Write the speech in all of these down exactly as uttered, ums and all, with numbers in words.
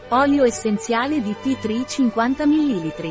Olio essenziale di tea tree cinquanta millilitri.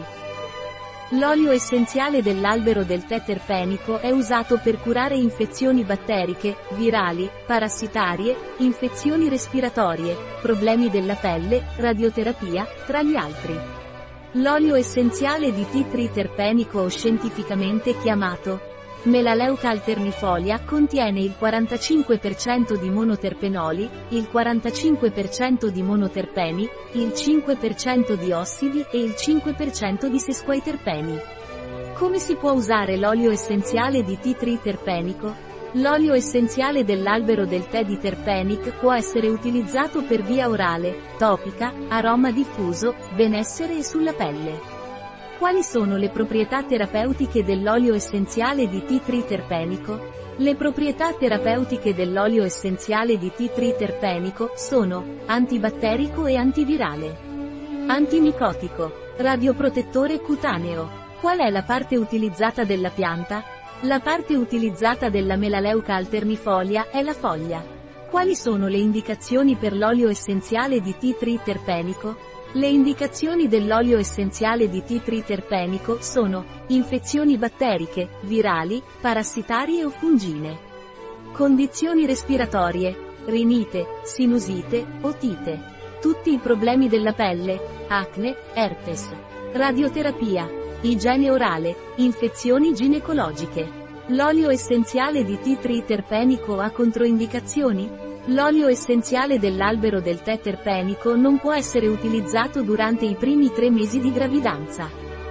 L'olio essenziale dell'albero del tè terpenico è usato per curare infezioni batteriche, virali, parassitarie, infezioni respiratorie, problemi della pelle, radioterapia, tra gli altri. L'olio essenziale di tea tree terpenico o scientificamente chiamato Melaleuca alternifolia contiene il quarantacinque per cento di monoterpenoli, il quarantacinque per cento di monoterpeni, il cinque per cento di ossidi e il cinque per cento di sesquiterpeni. Come si può usare l'olio essenziale di tea tree terpenico? L'olio essenziale dell'albero del tè di terpenic può essere utilizzato per via orale, topica, aroma diffuso, benessere e sulla pelle. Quali sono le proprietà terapeutiche dell'olio essenziale di tea tree terpenico? Le proprietà terapeutiche dell'olio essenziale di tea tree terpenico sono antibatterico e antivirale, antimicotico, radioprotettore cutaneo. Qual è la parte utilizzata della pianta? La parte utilizzata della Melaleuca alternifolia è la foglia. Quali sono le indicazioni per l'olio essenziale di tea tree terpenico? Le indicazioni dell'olio essenziale di tea tree terpenico sono infezioni batteriche, virali, parassitarie o fungine, condizioni respiratorie, rinite, sinusite, otite, tutti i problemi della pelle, acne, herpes, radioterapia, igiene orale, infezioni ginecologiche. L'olio essenziale di tea tree terpenico ha controindicazioni? L'olio essenziale dell'albero del tè terpenico non può essere utilizzato durante i primi tre mesi di gravidanza.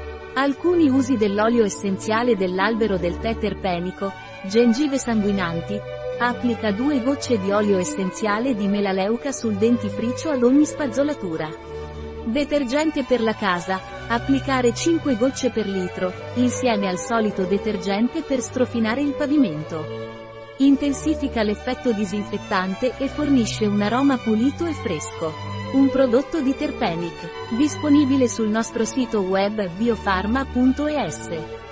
Alcuni usi dell'olio essenziale dell'albero del tè terpenico, gengive sanguinanti, applica due gocce di olio essenziale di Melaleuca sul dentifricio ad ogni spazzolatura. Detergente per la casa, applicare cinque gocce per litro, insieme al solito detergente per strofinare il pavimento. Intensifica l'effetto disinfettante e fornisce un aroma pulito e fresco. Un prodotto di Terpenic, disponibile sul nostro sito web biofarma punto es.